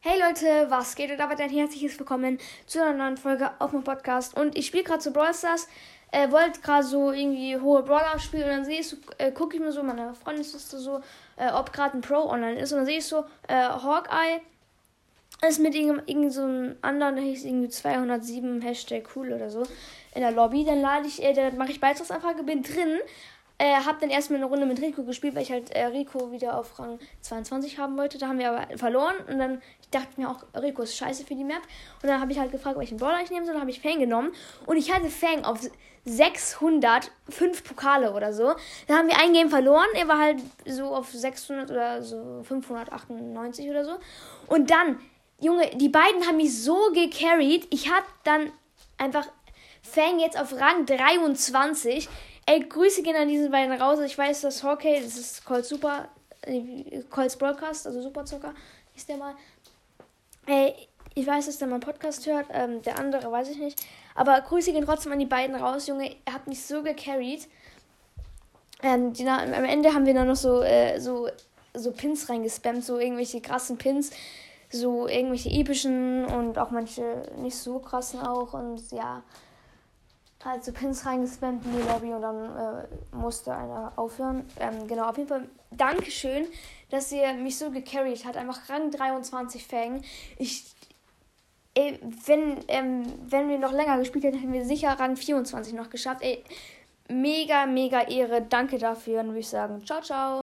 Hey Leute, was geht? Und damit ein herzliches Willkommen zu einer neuen Folge auf meinem Podcast. Und ich spiele gerade so Brawl Stars, wollte gerade so irgendwie hohe Brawler spielen und dann sehe ich so, gucke ich mir so, meine Freundesliste so, ob gerade ein Pro online ist. Und dann sehe ich so, Hawkeye ist mit irgend so einem anderen, der hieß irgendwie 207 Hashtag cool oder so, in der Lobby. Dann dann mache ich Beitragsanfrage, bin drin. Hab dann erstmal eine Runde mit Rico gespielt, weil ich halt Rico wieder auf Rang 22 haben wollte. Da haben wir aber verloren und dann ich dachte mir auch, Rico ist scheiße für die Map. Und dann habe ich halt gefragt, welchen Brawler ich nehmen soll. Dann habe ich Fang genommen und ich hatte Fang auf 605 Pokale oder so. Dann haben wir ein Game verloren. Er war halt so auf 600 oder so 598 oder so. Und dann, Junge, die beiden haben mich so gecarried. Ich hatte dann einfach Fang jetzt auf Rang 23. Ey, Grüße gehen an diesen beiden raus. Ich weiß, dass Hawkeye, das ist Colts Broadcast, also Superzocker, hieß der mal. Ey, ich weiß, dass der mal einen Podcast hört, der andere weiß ich nicht. Aber Grüße gehen trotzdem an die beiden raus, Junge. Er hat mich so gecarried. Am Ende haben wir dann noch so Pins reingespammt, so irgendwelche krassen Pins, so irgendwelche epischen und auch manche nicht so krassen auch. Und ja, halt so Pins reingespammt in die Lobby und dann musste einer aufhören. Genau, auf jeden Fall Dankeschön, dass ihr mich so gecarried hat. Einfach Rang 23 Fang. Wenn wir noch länger gespielt hätten, hätten wir sicher Rang 24 noch geschafft. Ey, mega, mega Ehre. Danke dafür. Und würde ich sagen, ciao, ciao.